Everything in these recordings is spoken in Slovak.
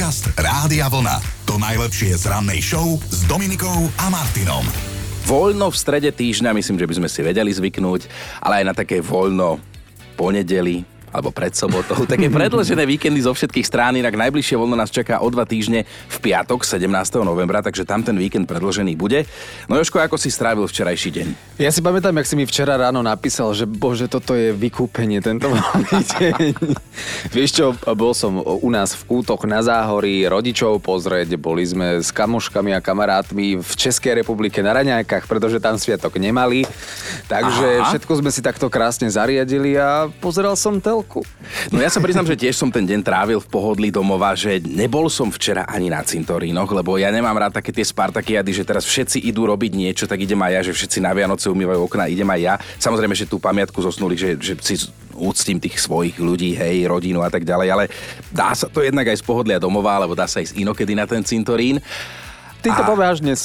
Podcast Rádia Vlna. To najlepšie z rannej show s Dominikou a Martinom. Voľno v strede týždňa, myslím, že by sme si vedeli zvyknúť, ale aj na také voľno po nedeli alebo pred sobotou. Také predĺžené víkendy zo všetkých strán, inak najbližšie voľno nás čaká o 2 týždne v piatok 17. novembra, takže tam ten víkend predĺžený bude. No Jožko, ako si strávil včerajší deň? Ja si pamätám, jak si mi včera ráno napísal, že bože, toto je vykúpenie, tento voľný deň. Vieš čo, bol som u nás v Kútoch na Záhorí rodičov pozrieť, boli sme s kamoškami a kamarátmi v Českej republike na Raňajkách, pretože tam sviatok nemali. Takže všetko sme si takto krásne zariadili a pozeral som telku. No ja sa priznám, že tiež som ten deň trávil v pohodlí domova, že nebol som včera ani na cintorínoch, lebo ja nemám rád také tie Spartakiady, že teraz všetci idú robiť niečo, tak idem aj ja, že všetci na Vianoce umývajú okná, idem aj ja. Samozrejme, že tú pamiatku zosnuli, že si úctím tých svojich ľudí, hej, rodinu a tak ďalej, ale dá sa to jednak aj z pohodlia domova, alebo dá sa ísť inokedy na ten cintorín. Ty to povieš dnes.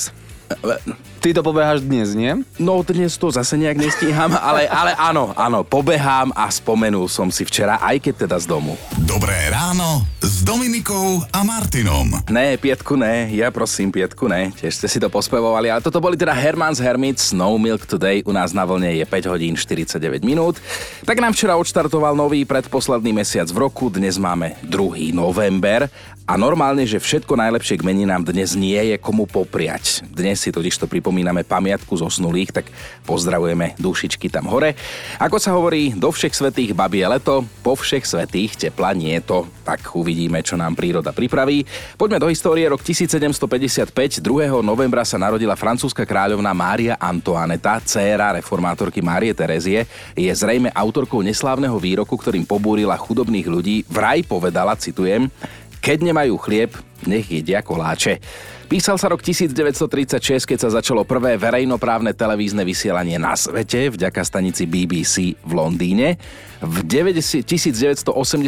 Ty to pobeháš dnes, nie? No dnes to zase nejak nestíham, ale áno, pobehám a spomenul som si včera, aj keď teda z domu. Dobré ráno s Dominikou a Martinom. Ne, Pietku, ne, ja prosím, Pietku, ne, tiež ste si to pospevovali, ale toto boli teda Herman's Hermits, No Milk Today, u nás na vlne je 5 hodín 49 minút. Tak nám včera odštartoval nový predposledný mesiac v roku, dnes máme 2. november a normálne, že všetko najlepšie k meninám dnes nie je komu popriať. Dnes si totižto pripomíname pamiatku zosnulých, tak pozdravujeme dušičky tam hore. Ako sa hovorí, do všech svätých babie leto, po všech svätých tepla nie to. Tak uvidíme, čo nám príroda pripraví. Poďme do histórie. Rok 1755, 2. novembra sa narodila francúzska kráľovna Mária Antoineta, dcéra reformátorky Márie Terezie. Je zrejme autorkou neslávneho výroku, ktorým pobúrila chudobných ľudí. Vraj povedala, citujem: keď nemajú chlieb, nech jedia koláče. Písal sa rok 1936, keď sa začalo prvé verejnoprávne televízne vysielanie na svete vďaka stanici BBC v Londýne. V 1988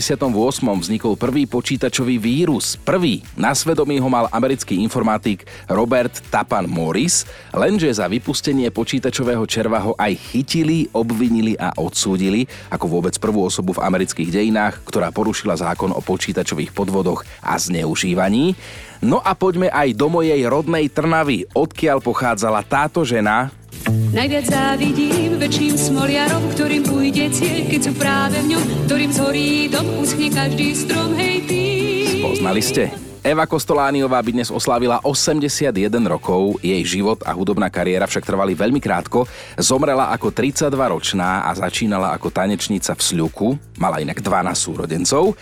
vznikol prvý počítačový vírus. Prvý. Na svedomí ho mal americký informatik Robert Tappan Morris, lenže za vypustenie počítačového červa ho aj chytili, obvinili a odsúdili ako vôbec prvú osobu v amerických dejinách, ktorá porušila zákon o počítačových podvodoch a zneužívaní. No a poďme aj do mojej rodnej Trnavy, odkiaľ pochádzala táto žena. Najviac závidím väčším smoliarom, ktorým pôjde cieľ, keď sú práve v ňom, ktorým zhorí dom, uschne každý strom, hej ty. Spoznali ste? Eva Kostolániová by dnes oslávila 81 rokov, jej život a hudobná kariéra však trvali veľmi krátko. Zomrela ako 32-ročná a začínala ako tanečnica v Sľuku, mala inak 12 súrodencov.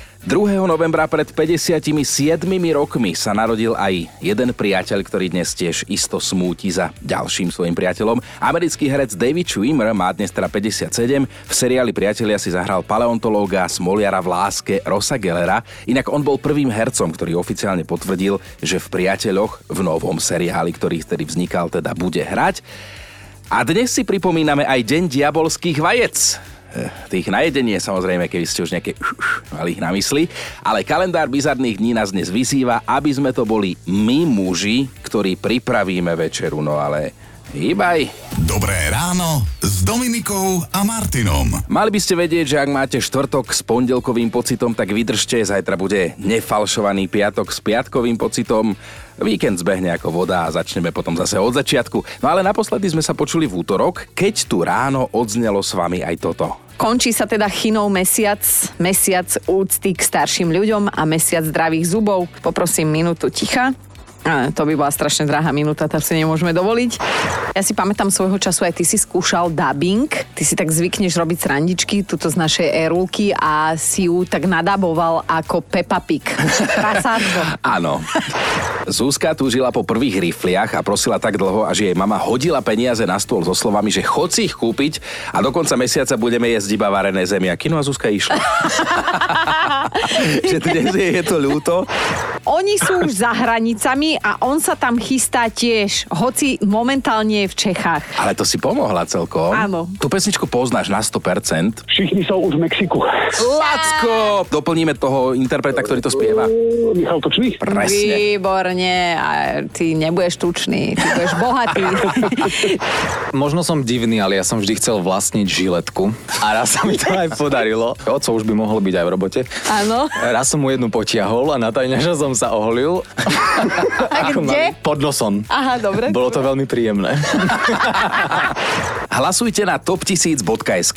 2. novembra pred 57 rokmi sa narodil aj jeden priateľ, ktorý dnes tiež isto smúti za ďalším svojim priateľom. Americký herec David Schwimmer má dnes teda 57. V seriáli Priatelia si zahral paleontológa, smoliara v láske Rossa Gellera. Inak on bol prvým hercom, ktorý oficiálne potvrdil, že v Priateľoch v novom seriáli, ktorý vtedy vznikal, teda bude hrať. A dnes si pripomíname aj Deň diabolských vajec. Tých na jedenie, samozrejme, keby ste už nejaké mali ich na mysli. Ale kalendár bizarných dní nás dnes vyzýva, aby sme to boli my muži, ktorí pripravíme večeru, no ale hýbaj. Dobré ráno s Dominikou a Martinom. Mali by ste vedieť, že ak máte štvrtok s pondelkovým pocitom, tak vydržte, zajtra bude nefalšovaný piatok s piatkovým pocitom. Víkend zbehne ako voda a začneme potom zase od začiatku. No ale naposledy sme sa počuli v útorok, keď tu ráno odznelo s vami aj toto. Končí sa teda Chinov mesiac úcty k starším ľuďom a mesiac zdravých zubov. Poprosím minútu ticha. To by bola strašne drahá minúta, tak si nemôžeme dovoliť. Ja si pamätám svojho času, aj ty si skúšal dubbing. Ty si tak zvykneš robiť srandičky tuto z našej Erulky a si ju tak nadaboval ako Peppa Pig. Prasátko. Áno. Zuzka tu žila po prvých rifliach a prosila tak dlho, až jej mama hodila peniaze na stôl so slovami, že chod si ich kúpiť a do konca mesiaca budeme jesť iba varené zemiaky. No a Zuzka išla. Že dnes je to ľúto. Oni sú už za hranicami a on sa tam chystá tiež, hoci momentálne je v Čechách. Ale to si pomohla celkom. Áno. Tú pesničku poznáš na 100%. Všichni sú už v Mexiku. Lacko! Doplníme toho interpreta, ktorý to spieva. Michal Tučný? Presne. Výborne. A ty nebudeš tučný, ty budeš bohatý. Možno som divný, ale ja som vždy chcel vlastniť žiletku. A raz sa mi to aj podarilo. Oco už by mohol byť aj v robote. Áno. Raz som mu jednu potiahol a na tajňaža som sa oholil. A kde? Pod nosom. Aha, dobre. Bolo to veľmi príjemné. Hlasujte na top1000.sk.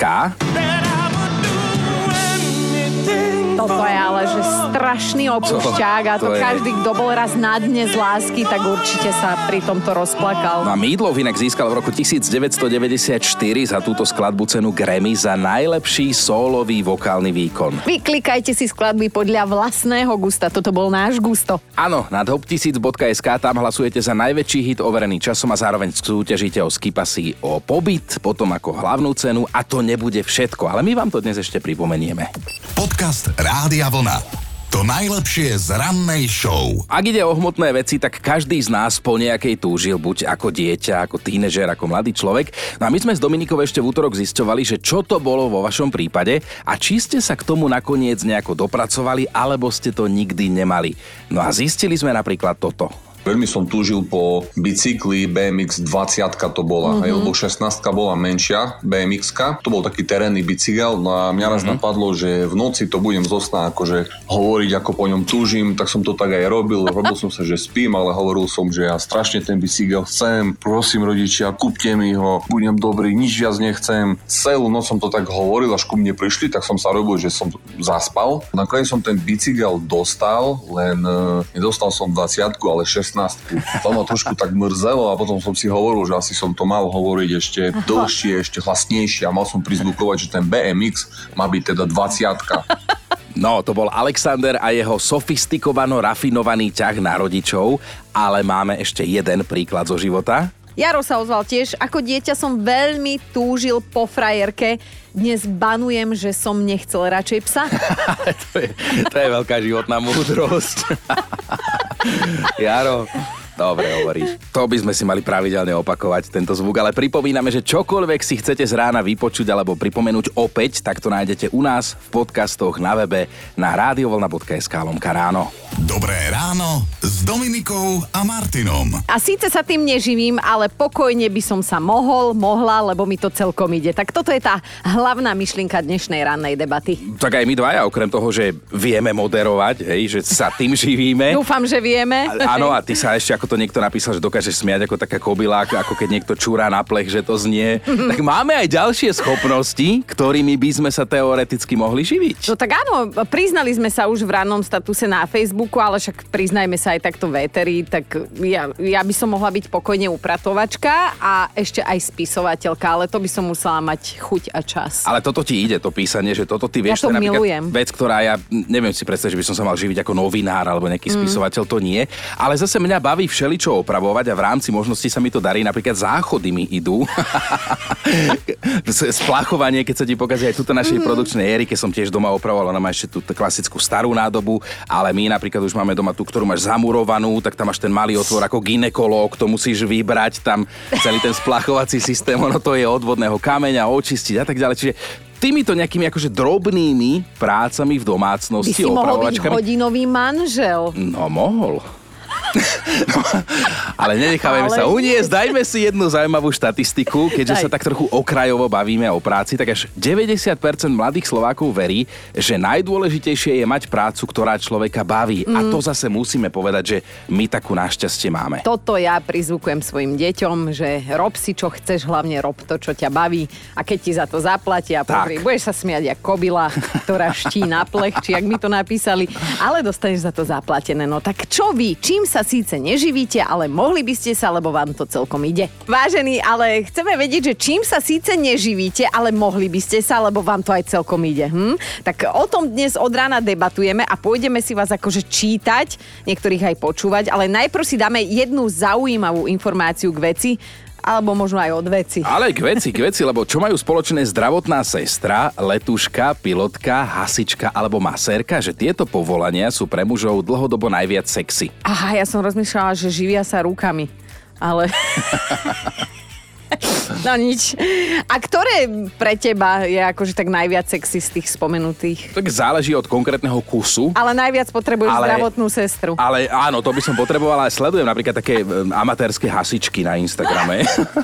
Toto je ale že strašný opúšťák a to To je- každý, kto bol raz na dne z lásky, tak určite sa pri tomto rozplakal. No a Meatloaf inak získal v roku 1994 za túto skladbu cenu Grammy za najlepší sólový vokálny výkon. Vyklikajte si skladby podľa vlastného gusta, toto bol náš gusto. Áno, na top1000.sk tam hlasujete za najväčší hit overený časom a zároveň súťažíte o skipasy o pobyt, potom ako hlavnú cenu a to nebude všetko, ale my vám to dnes ešte pripomenieme. Podcast Rádia Vlna. To najlepšie z rannej show. Ak ide o hmotné veci, tak každý z nás po nejakej túžil, buď ako dieťa, ako tínežer, ako mladý človek. No a my sme s Dominikou ešte v útorok zisťovali, že čo to bolo vo vašom prípade a či ste sa k tomu nakoniec nejako dopracovali, alebo ste to nikdy nemali. No a zistili sme napríklad toto. Veľmi som túžil po bicykli BMX 20 to bola, lebo 16 bola menšia BMX-ka. To bol taký terénny bicykel, no a mňa raz napadlo, že v noci to budem zo sna akože hovoriť, ako po ňom túžim, tak som to tak aj robil. Robil som sa, že spím, ale hovoril som, že ja strašne ten bicykel chcem. Prosím rodičia, kúpte mi ho, budem dobrý, nič viac nechcem. Celú noc som to tak hovoril, až ku mne prišli, tak som sa robil, že som zaspal. Nakoniec som ten bicykel dostal, len nedostal som 20, ale 16. To ma trošku tak mrzelo a potom som si hovoril, že asi som to mal hovoriť ešte dlhšie, ešte hlasnejšie a mal som prizvukovať, že ten BMX má byť teda 20. No, to bol Alexander a jeho sofistikovano rafinovaný ťah na rodičov, ale máme ešte jeden príklad zo života. Jaro sa ozval tiež, ako dieťa som veľmi túžil po frajerke, dnes banujem, že som nechcel radšej psa. to je veľká životná múdrosť. Jaro, dobre hovoríš. To by sme si mali pravidelne opakovať, tento zvuk, ale pripomíname, že čokoľvek si chcete z rána vypočuť alebo pripomenúť opäť, tak to nájdete u nás v podcastoch na webe na radiovolna.sk/ráno. Dobré ráno s Dominikou a Martinom. A síce sa tým neživím, ale pokojne by som sa mohla, lebo mi to celkom ide. Tak toto je tá hlavná myšlienka dnešnej rannej debaty. Tak aj my dvaja, okrem toho, že vieme moderovať, hej, že sa tým živíme. Dúfam, že vieme. Áno, a ty sa ešte, ako to niekto napísal, že dokážeš smiať ako taká kobylá, ako keď niekto čúra na plech, že to znie. Tak máme aj ďalšie schopnosti, ktorými by sme sa teoreticky mohli živiť. No tak áno, priznali sme sa už v rannom statuse na Facebooku, ale však priznajme sa aj takto v éteri, tak ja by som mohla byť pokojne upratovačka a ešte aj spisovateľka, ale to by som musela mať chuť a čas. Ale toto ti ide, to písanie, že toto ty vieš, Ja to je napríklad milujem. vec, ktorá ja neviem si predstaviť, že by som sa mal živiť ako novinár alebo nejaký spisovateľ, to nie. Ale zase mňa baví všeličo opravovať a v rámci možností sa mi to darí, napríklad záchody mi idú. Splachovanie, keď sa ti pokazí aj tuto našej produkčnej Erike, som tiež doma opravoval, ona má ešte tú klasickú starú nádobu, ale my napríklad už máme doma tú, ktorú máš zamurovanú, tak tam máš ten malý otvor ako gynekológ, to musíš vybrať, tam celý ten splachovací systém, ono to je od vodného kameňa, očistiť a tak ďalej. Čiže týmito nejakými akože drobnými prácami v By domácnosti, si mohol byť opravovačkami. hodinový manžel. No, mohol. No, ale nenechávame Ale sa nie. uniesť, dajme si jednu zaujímavú štatistiku, keďže sa tak trochu okrajovo bavíme o práci, tak až 90% mladých Slovákov verí, že najdôležitejšie je mať prácu, ktorá človeka baví. A to zase musíme povedať, že my takú našťastie máme. Toto ja prizvukujem svojim deťom, že rob si, čo chceš, hlavne rob to, čo ťa baví. A keď ti za to zaplatia, pozri, budeš sa smiať jak kobila, ktorá ští na plech, či jak mi to napísali, ale dostaneš za to zaplatené. No tak čo vy? Čím sa síce neživíte, ale mohli by ste sa, lebo vám to celkom ide. Vážení, ale chceme vedieť, že čím sa síce neživíte, ale mohli by ste sa, lebo vám to aj celkom ide. Tak o tom dnes od rána debatujeme a pôjdeme si vás akože čítať, niektorých aj počúvať, ale najprv si dáme jednu zaujímavú informáciu k veci. Alebo možno aj od veci. Ale k veci, lebo čo majú spoločné zdravotná sestra, letuška, pilotka, hasička alebo masérka, že tieto povolania sú pre mužov dlhodobo najviac sexy. Aha, ja som rozmýšľala, že živia sa rukami. Ale... No nič. A ktoré pre teba je akože tak najviac sexy z tých spomenutých? Tak záleží od konkrétneho kusu. Ale najviac potrebuješ zdravotnú sestru. Ale áno, to by som potrebovala. Sledujem napríklad také amatérske hasičky na Instagrame.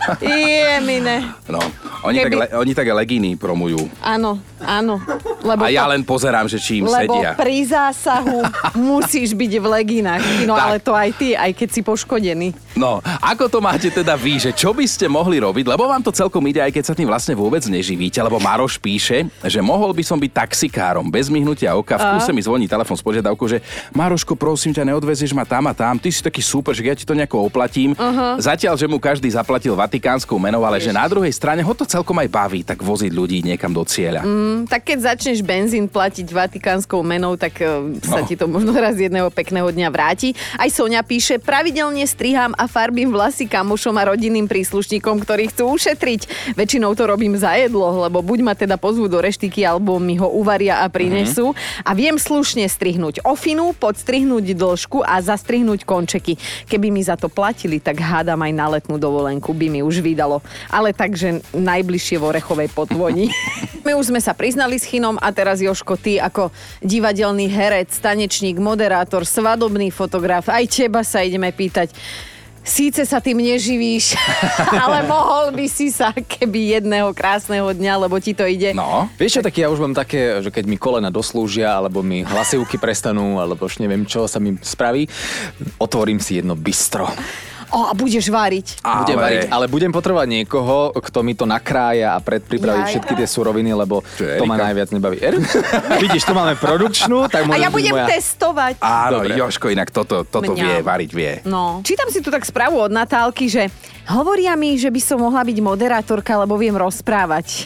Jemine. No, oni tak legíny promujú. Áno. Lebo a ja len pozerám, že či im sedia. Lebo pri zásahu musíš byť v legínach. No ale to aj ty, aj keď si poškodený. No, ako to máte teda vy, že čo by ste mohli robiť, lebo vám to celkom ide, aj keď sa tým vlastne vôbec neživíte, lebo Maroš píše, že mohol by som byť taxikárom, bez myhnutia oka, v kúse mi zvoní telefon s požiadavkou, že Maroško, prosím ťa, neodvezieš ma tam a tam, ty si taký super, že ja ti to nejako oplatím. Zatiaľ, že mu každý zaplatil vatikánskou menou, ale že na druhej strane ho to celkom aj baví, tak voziť ľudí niekam do cieľa. Tak keď začneš benzín platiť vatikánskou menou, tak sa ti to možno raz jedného pekného dňa vráti. Aj Soňa píše, pravidelne strihám a farbím vlasy kamošom a rodinným príslušníkom, ktorí chcú ušetriť. Väčšinou to robím za jedlo, lebo buď ma teda pozvú do reštiky, alebo mi ho uvaria a prinesú. A viem slušne strihnúť ofinu, podstrihnúť dĺžku a zastrihnúť končeky. Keby mi za to platili, tak hádam aj na letnú dovolenku by mi už vydalo. Ale takže najbližšie v Orechovej Potvoni. My už sme sa priznali s Chinom a teraz Jožko, ty ako divadelný herec, tanečník, moderátor, svadobný fotograf, aj teba sa ideme pýtať. Síce sa tým neživíš, ale mohol by si sa, keby jedného krásneho dňa, lebo ti to ide. No. Vieš čo, tak ja už mám také, že keď mi kolena doslúžia, alebo mi hlasivky prestanú, alebo už neviem čo sa mi spraví, otvorím si jedno bistro. A budeš váriť. Budem variť, ale budem potrebovať niekoho, kto mi to nakrája a predpripraví všetky tie suroviny, lebo to ma najviac nebaví. Vidíš, tu máme produkčnú, tak a ja budem testovať. Áno, dobre. Jožko inak toto vie, variť vie. No. Čítam si tu tak správu od Natálky, že hovoria mi, že by som mohla byť moderátorka, lebo viem rozprávať.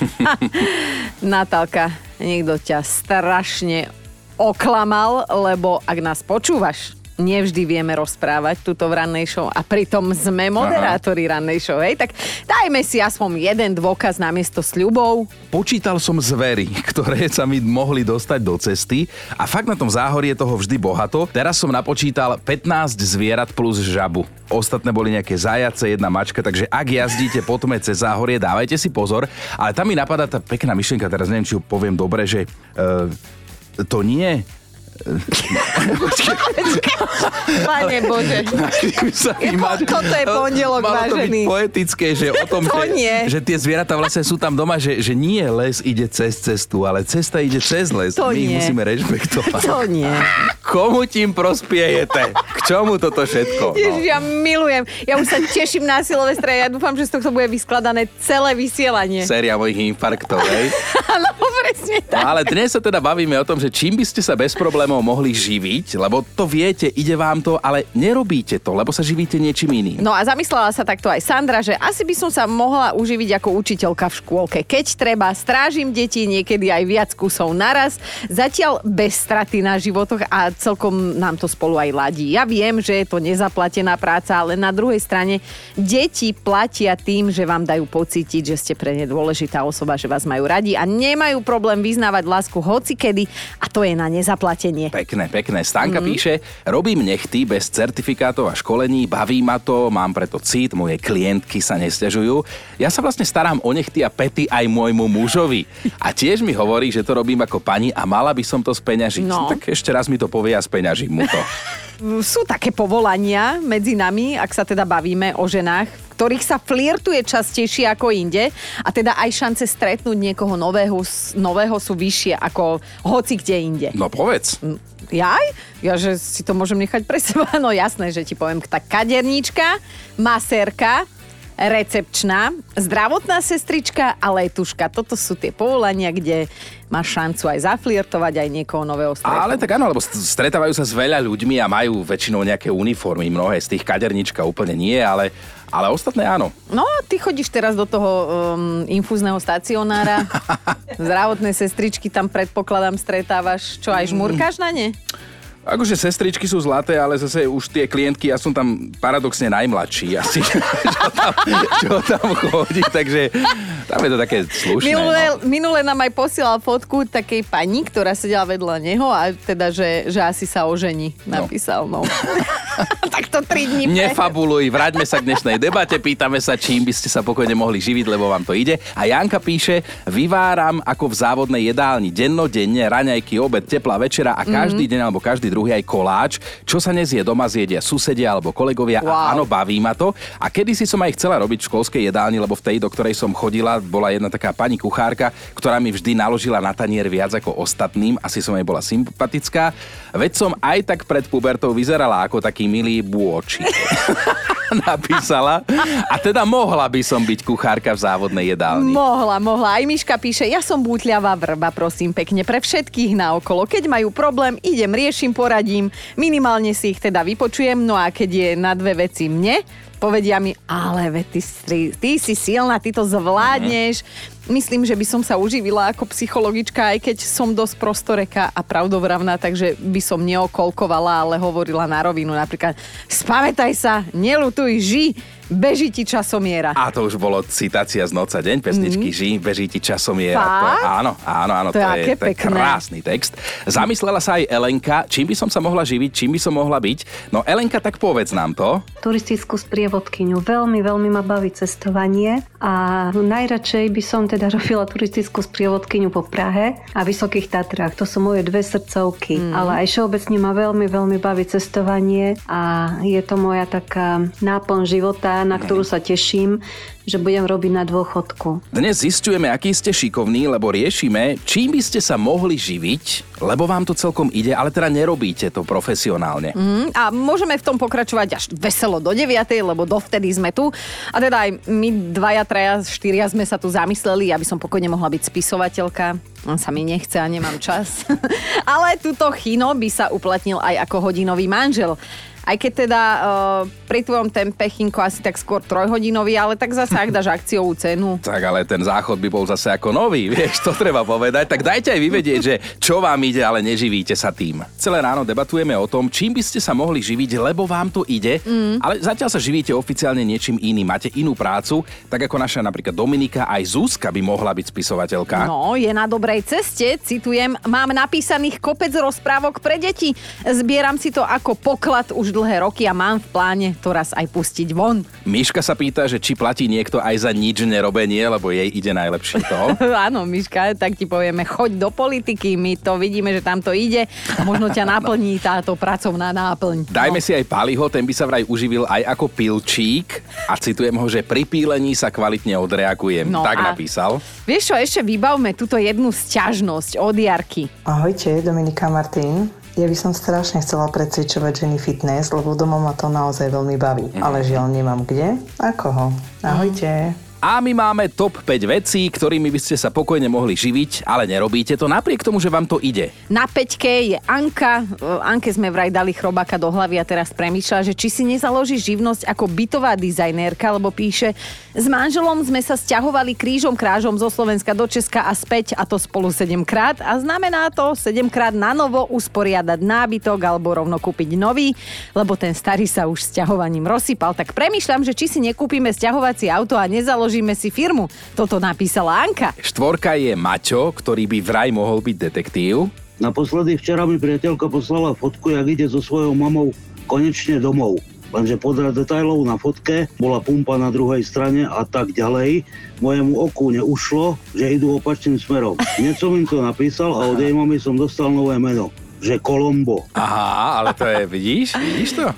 Natálka, niekto ťa strašne oklamal, lebo ak nás počúvaš, nevždy vieme rozprávať túto v rannej show a pritom sme moderátori rannej show, hej? Tak dajme si aspoň jeden dôkaz namiesto sľubov. Počítal som zvery, ktoré sa mi mohli dostať do cesty a fakt na tom záhorí je toho vždy bohato. Teraz som napočítal 15 zvierat plus žabu. Ostatné boli nejaké zajace, jedna mačka, takže ak jazdíte po tme cez záhorie, dávajte si pozor. Ale tam mi napadá tá pekná myšlienka, teraz neviem, či ju poviem dobre, že to nie... Pane Bože. Toto je pondelok, vážený. Malo to byť poetické, že o tom, že tie zvieratá vlastne sú tam doma, že nie les ide cez cestu, ale cesta ide cez les. To my ich nie. musíme rešpektovať. To nie. Komu tím prospiejete? K čomu toto všetko? Ježiš, ja milujem. Ja už sa teším na Silvestra. Ja dúfam, že z tohto bude vyskladané celé vysielanie. Séria mojich infarktov, hej? Áno, presne tak. No, ale dnes sa teda bavíme o tom, že čím by ste sa bez problémov mohli živiť, lebo to viete, ide vám to, ale nerobíte to, lebo sa živíte niečím iným. No a zamyslela sa takto aj Sandra, že asi by som sa mohla uživiť ako učiteľka v škôlke. Keď treba, strážim deti, niekedy aj viac kusov naraz, zatiaľ bez straty na životoch a celkom nám to spolu aj ladí. Ja viem, že je to nezaplatená práca, ale na druhej strane deti platia tým, že vám dajú pocítiť, že ste pre ne dôležitá osoba, že vás majú radi a nemajú problém vyznávať lásku hocikedy a to je na nezaplatenie. Pekné. Stanka píše, robím nechty bez certifikátov a školení, baví ma to, mám preto cít, moje klientky sa nesťažujú. Ja sa vlastne starám o nechty a pety aj môjmu mužovi. A tiež mi hovorí, že to robím ako pani a mala by som to speňažiť. No. Tak ešte raz mi to povie a speňažím mu to. Sú také povolania medzi nami, ak sa teda bavíme o ženách, v ktorých sa flirtuje častejšie ako inde a teda aj šance stretnúť niekoho nového sú vyššie ako hoci kde inde. No povedz. Ja, že si to môžem nechať pre seba? No jasné, že ti poviem. Tak kaderníčka, masérka, recepčná, zdravotná sestrička a letuška. Toto sú tie povolania, kde máš šancu aj zaflirtovať, aj niekoho nového stretnúť. Ale tak áno, lebo stretávajú sa s veľa ľuďmi a majú väčšinou nejaké uniformy. Mnohé z tých kaderníčka úplne nie, ale ostatné áno. No, ty chodíš teraz do toho infúzneho stacionára. Zdravotné sestričky tam predpokladám stretávaš. Čo, aj žmurkáš na ne? Akože sestričky sú zlaté, ale zase už tie klientky, ja som tam paradoxne najmladší asi, čo tam chodí, takže tam je to také slušné. Minule nám aj posielal fotku takej pani, ktorá sedela vedľa neho a teda, že asi sa ožení, napísal. No. Tak to 3 dní. Nefabuluj, vráťme sa k dnešnej debate, pýtame sa, čím by ste sa pokojne mohli živiť, lebo vám to ide. A Janka píše, vyváram ako v závodnej jedálni, dennodenne, raňajky, obed, teplá večera a každý deň alebo každý druhý aj koláč. Čo sa nezje doma, zjedia susedia alebo kolegovia. Wow. A áno, baví ma to. A kedysi som aj chcela robiť v školskej jedálni, lebo v tej, do ktorej som chodila, bola jedna taká pani kuchárka, ktorá mi vždy naložila na tanier viac ako ostatným. Asi som jej bola sympatická. Veď som aj tak pred pubertou vyzerala ako taký milý bôčik. Napísala. A teda mohla by som byť kuchárka v závodnej jedálni. Mohla. Aj Miška píše, ja som bútľavá vrba, prosím pekne, pre všetkých naokolo. Keď majú problém, idem, riešim, poradím, minimálne si ich teda vypočujem, no a keď je na 2 veci mne, povedia mi, ale ty si silná, ty to zvládneš. Myslím, že by som sa uživila ako psychologička, aj keď som dosť prostoreka a pravdovravná, takže by som neokolkovala, ale hovorila na rovinu. Napríklad, spamätaj sa, neľutuj, ži, beží ti časomiera. A to už bolo citácia z Noc a deň, pesničky Ži, beží ti časomiera. Áno, to je krásny text. Zamyslela sa aj Elenka, čím by som sa mohla živiť, čím by som mohla byť. No Elenka, tak povedz nám to. Turistickú sprievodkyňu. Veľmi, veľmi ma baví cestovanie a najradšej by som teda robila turistickú sprievodkyňu po Prahe a Vysokých Tatrách. To sú moje 2 srdcovky. Ale aj všeobecne ma veľmi, veľmi baví cestovanie a je to moja taká náplň života, na ktorú sa teším, že budem robiť na dôchodku. Dnes zisťujeme, aký ste šikovní, lebo riešime, čím by ste sa mohli živiť, lebo vám to celkom ide, ale teda nerobíte to profesionálne. A môžeme v tom pokračovať až veselo do 9:00, lebo dovtedy sme tu. A teda aj my 2, 3, 4 sme sa tu zamysleli, aby som pokojne mohla byť spisovateľka. On sa mi nechce a nemám čas. Ale túto Chino by sa uplatnil aj ako hodinový manžel. Aj keď teda pri tvojom tempe, Chinko, asi tak skôr 3-hodinový, ale tak zase, ak dáš akciovú cenu. Tak ale ten záchod by bol zase ako nový, vieš, to treba povedať. Tak dajte aj vyvedieť, že čo vám ide, ale neživíte sa tým. Celé ráno debatujeme o tom, čím by ste sa mohli živiť, lebo vám to ide, ale zatiaľ sa živíte oficiálne niečím iným. Máte inú prácu, tak ako naša napríklad Dominika, aj Zuzka by mohla byť spisovateľka. No, je na dobrej ceste, citujem, mám napísaných kopec rozprávok pre deti. Zbieram si to ako poklad už dlhé roky a mám v pláne to raz aj pustiť von. Miška sa pýta, že či platí niekto aj za nič nerobenie, lebo jej ide najlepšie to. Áno, Miška, tak ti povieme, choď do politiky, my to vidíme, že tam to ide a možno ťa naplní táto pracovná náplň. Dajme si aj Paliho, ten by sa vraj uživil aj ako pilčík a citujem ho, že pri pílení sa kvalitne odreagujem. No tak napísal. Vieš čo, ešte vybavme túto jednu sťažnosť od Jarky. Ahojte, Dominika, Martin. Ja by som strašne chcela precvičovať ženy fitness, lebo doma ma to naozaj veľmi baví. Ale žiaľ nemám kde a koho. Ahojte. A my máme top 5 vecí, ktorými by ste sa pokojne mohli živiť, ale nerobíte to napriek tomu, že vám to ide. Na 5-ke je Anka. Anke sme vraj dali chrobáka do hlavy a teraz premýšľa, že či si nezaloží živnosť ako bytová dizajnérka, lebo píše, s manželom sme sa sťahovali krížom krážom zo Slovenska do Česka a späť, a to spolu 7-krát. A znamená to 7-krát na novo usporiadať nábytok alebo rovno kúpiť nový, lebo ten starý sa už sťahovaním rozsypal. Tak premýšľam, že či si nekúpime sťahovacie auto a nezaložíme si firmu. Toto napísala Anka. 4 je Maťo, ktorý by vraj mohol byť detektív. Naposledy včera mi priateľka poslala fotku, jak ide so svojou mamou konečne domov. Lenže podľa detailov na fotke bola pumpa na druhej strane a tak ďalej. Mojemu oku neušlo, že idú opačným smerom. Hneď som im to napísal a od jej mamy som dostal nové meno. Že Colombo. Aha, ale to je, vidíš to?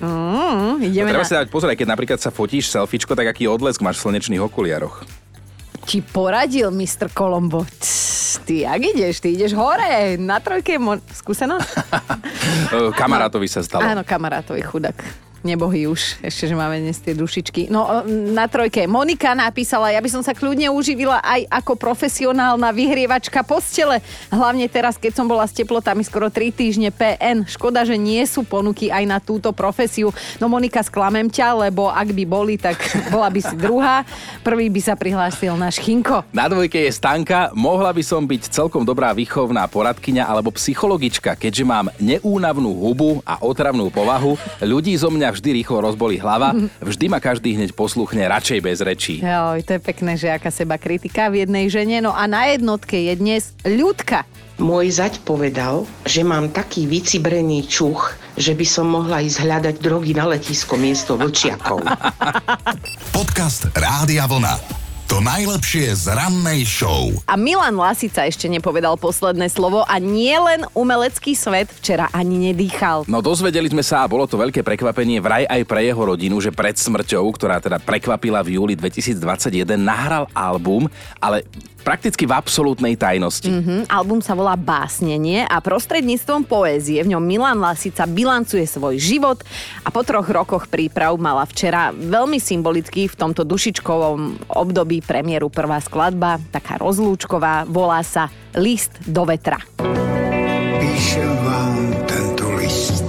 Ideme treba si dať pozor, keď napríklad sa fotíš selfiečko, tak aký odlesk máš v slnečných okuliaroch. Ti poradil Mr. Colombo. Ty, jak ideš? Ty ideš hore. Na 3 skúsenosť? Kamarátovi sa stalo. Áno, kamarátovi, chudák. nebohy už, ešte, že máme dnes tie dušičky. No, na trojke Monika napísala, ja by som sa kľudne uživila aj ako profesionálna vyhrievačka postele. Hlavne teraz, keď som bola s teplotami skoro 3 týždne PN. Škoda, že nie sú ponuky aj na túto profesiu. No Monika, sklamem ťa, lebo ak by boli, tak bola by si druhá. Prvý by sa prihlásil náš Chinko. Na dvojke je Stanka. Mohla by som byť celkom dobrá výchovná poradkyňa alebo psychologička, keďže mám neúnavnú hubu a otravnú povahu. Ľudí zo mňa vždy rýchlo rozbolí hlava. Vždy ma každý hneď posluchne, radšej bez rečí. Joj, to je pekné, že aká seba kritika v jednej žene. No a na jednotke je dnes Ľudka. Môj zať povedal, že mám taký vycibrený čuch, že by som mohla ísť hľadať drogy na letisko miesto vlčiakov. Podcast Rádia Vlna. To najlepšie z rannej show. A Milan Lasica ešte nepovedal posledné slovo a nie len umelecký svet včera ani nedýchal. No dozvedeli sme sa a bolo to veľké prekvapenie vraj aj pre jeho rodinu, že pred smrťou, ktorá teda prekvapila v júli 2021, nahral album, ale prakticky v absolútnej tajnosti. Album sa volá Básnenie a prostredníctvom poézie v ňom Milan Lasica bilancuje svoj život a po 3 rokoch príprav mala včera veľmi symbolicky v tomto dušičkovom období premiéru prvá skladba, taká rozlúčková, volá sa List do vetra. Píšem vám tento list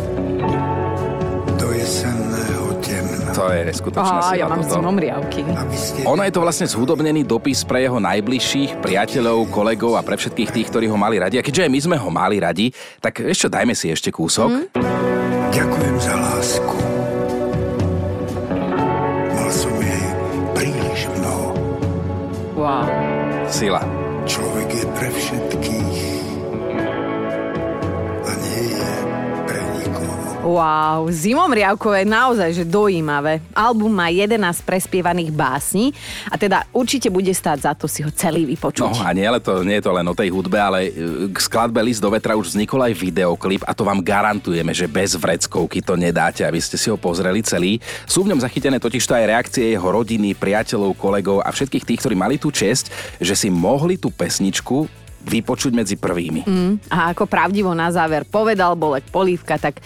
do jesenného temna. To je neskutočná sila. Ja mám zimomriavky. Ono je to vlastne zhudobnený dopis pre jeho najbližších priateľov, kolegov a pre všetkých tých, ktorí ho mali radi. A keďže aj my sme ho mali radi, tak ešte dajme si ešte kúsok. Ďakujem za lásku. Mal som jej príliš mnoho. Wow. Sila. Človek je pre všetkých a nie je pre nikoho. Wow, Zimomriavkové je naozaj že dojímavé. Album má 11 prespievaných básní a teda určite bude stáť za to si ho celý vypočuť. No a nie je to len o tej hudbe, ale k skladbe List do vetra už vznikol aj videoklip a to vám garantujeme, že bez vreckovky to nedáte, aby ste si ho pozreli celý. Sú v ňom zachytené totižto aj reakcie jeho rodiny, priateľov, kolegov a všetkých tých, ktorí mali tú česť, že si mohli tú pesničku vypočuť medzi prvými. A ako pravdivo na záver povedal Bolek Polívka, tak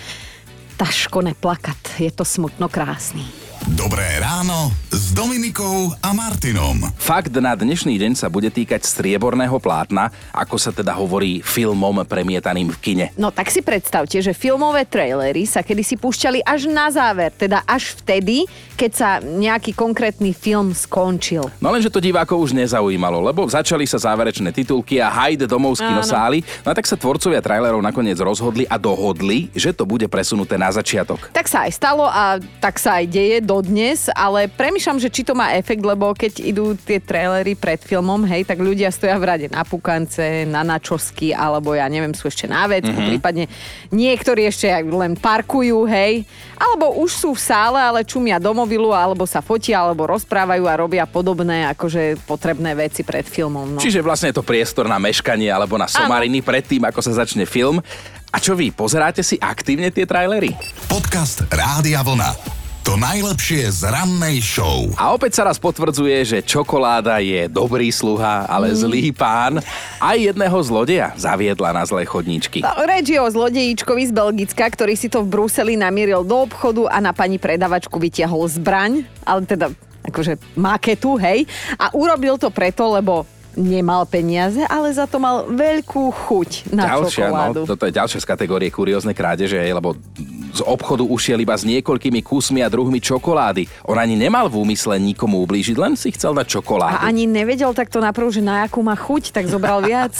ťažko neplakat, je to smutno krásny. Dobré ráno s Dominikou a Martinom. Fakt na dnešný deň sa bude týkať strieborného plátna, ako sa teda hovorí filmom premietaným v kine. No tak si predstavte, že filmové trailery sa kedysi púšťali až na záver, teda až vtedy, keď sa nejaký konkrétny film skončil. No lenže to divákov už nezaujímalo, lebo začali sa záverečné titulky a hajde domov z kinosály. No a tak sa tvorcovia trailerov nakoniec rozhodli a dohodli, že to bude presunuté na začiatok. Tak sa aj stalo a tak sa aj deje dodnes, ale premýšľam, že či to má efekt, lebo keď idú tie trailery pred filmom, hej, tak ľudia stoja v rade na pukance, na načosky, alebo ja neviem, sú ešte na vecku, prípadne niektorí ešte len parkujú, hej, alebo už sú v sále, ale čumia do mobilu, alebo sa fotia, alebo rozprávajú a robia podobné akože potrebné veci pred filmom. No. Čiže vlastne je to priestor na meškanie alebo na somariny pred tým, ako sa začne film. A čo vy, pozeráte si aktívne tie trailery? Podcast Rádia Vlna. To najlepšie z rannej show. A opäť sa raz potvrdzuje, že čokoláda je dobrý sluha, ale zlý pán. Aj jedného zlodeja zaviedla na zlé chodníčky. No, reč je o zlodejíčkovi z Belgicka, ktorý si to v Bruseli namieril do obchodu a na pani predavačku vytiahol zbraň, ale teda akože maketu, hej. A urobil to preto, lebo nemal peniaze, ale za to mal veľkú chuť na čokoládu. No, toto je ďalšia z kategórie kuriózne krádeže, lebo z obchodu ušiel iba s niekoľkými kusmi a druhmi čokolády. On ani nemal v úmysle nikomu ublížiť, len si chcel dať čokoládu. A ani nevedel takto naprv, že na akú má chuť, tak zobral viac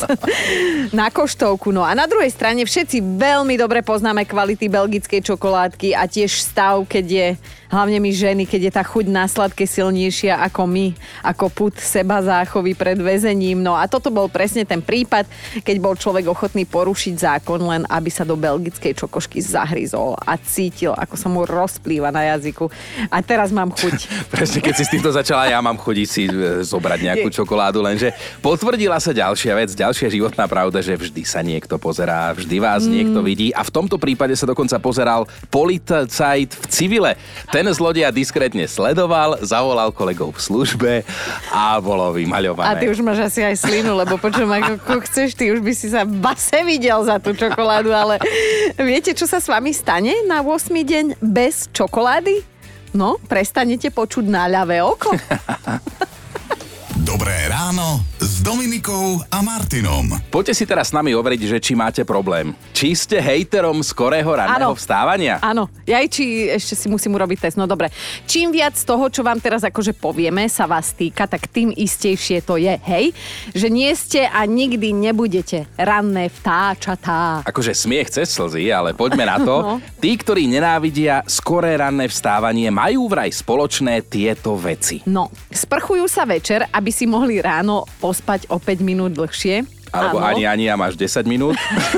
na koštovku. No a na druhej strane všetci veľmi dobre poznáme kvality belgickej čokoládky a tiež stav, keď je, hlavne my ženy, keď je tá chuť na sladké silnejšia ako my, ako pud seba záchovy pred väzením. No a toto bol presne ten prípad, keď bol človek ochotný porušiť zákon, len aby sa do belgickej čokošky zahryzol a cítil, ako sa mu rozplýva na jazyku. A teraz mám chuť. Presne, keď si s týmto začala, ja mám chuť si zobrať nejakú čokoládu, lenže potvrdila sa ďalšia vec, ďalšia životná pravda, že vždy sa niekto pozerá, vždy vás niekto vidí a v tomto prípade sa dokonca pozeral policajt v civile. Ten zlodeja diskrétne sledoval, zavolal kolegov v službe a bolo vymaľované. A ty už máš asi aj slinu, lebo počujem, ako chceš, ty už by si sa v base videl za tú čokoládu, ale viete, čo sa s vami stane? nie na 8. deň bez čokolády? No, prestanete počuť na ľavé oko. Dobré ráno s Dominikou a Martinom. Poďte si teraz s nami overiť, že či máte problém. Či ste hejterom skorého ranného vstávania? Áno, či ešte si musím urobiť test. No dobre, čím viac toho, čo vám teraz akože povieme, sa vás týka, tak tým istejšie to je, hej? Že nie ste a nikdy nebudete ranné vtáčatá. Akože smiech cez slzy, ale poďme na to. No. Tí, ktorí nenávidia skoré ranné vstávanie, majú vraj spoločné tieto veci. No, sprchujú sa večer, aby si mohli ráno pospať o 5 minút dlhšie. Alebo ani a máš 10 minút.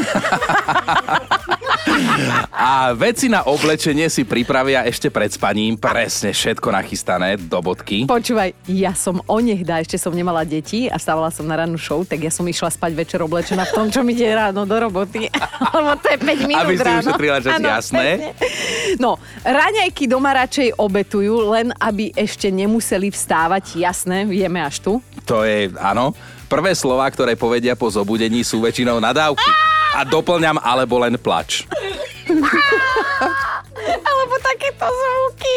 A veci na oblečenie si pripravia ešte pred spaním. Presne všetko nachystané do bodky. Počúvaj, ja som onehda, ešte som nemala deti a stávala som na rannú show, tak ja som išla spať večer oblečená v tom, čo mi ide ráno do roboty. Lebo to je 5 minút aby ráno. Aby si ušetrila čas, jasné. No, raňajky doma radšej obetujú, len aby ešte nemuseli vstávať, jasné, vieme až tu. To je, áno. Prvé slová, ktoré povedia po zobudení, sú väčšinou nadávky. A doplňam, alebo len plač. Alebo takéto zvuky.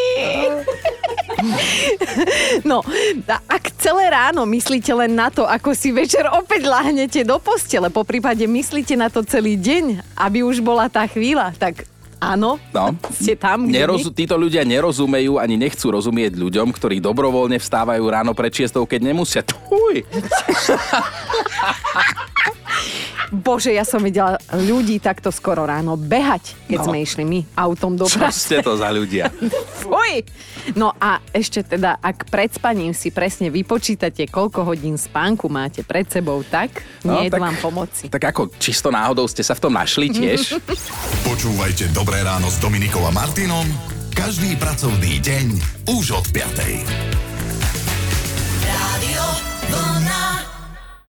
No, ak celé ráno myslíte len na to, ako si večer opäť láhnete do postele, po prípade myslíte na to celý deň, aby už bola tá chvíľa, tak áno, ste tam, títo ľudia nerozumejú ani nechcú rozumieť ľuďom, ktorí dobrovoľne vstávajú ráno pred 6, keď nemusia. Bože, ja som videla ľudí takto skoro ráno behať, keď sme išli my autom do práce. Čo ste to za ľudia? Fuj! No a ešte teda, ak pred spaním si presne vypočítate, koľko hodín spánku máte pred sebou, tak nie je to vám pomoci. Tak ako čisto náhodou ste sa v tom našli tiež? Počúvajte Dobré ráno s Dominikou a Martinom každý pracovný deň už od 5.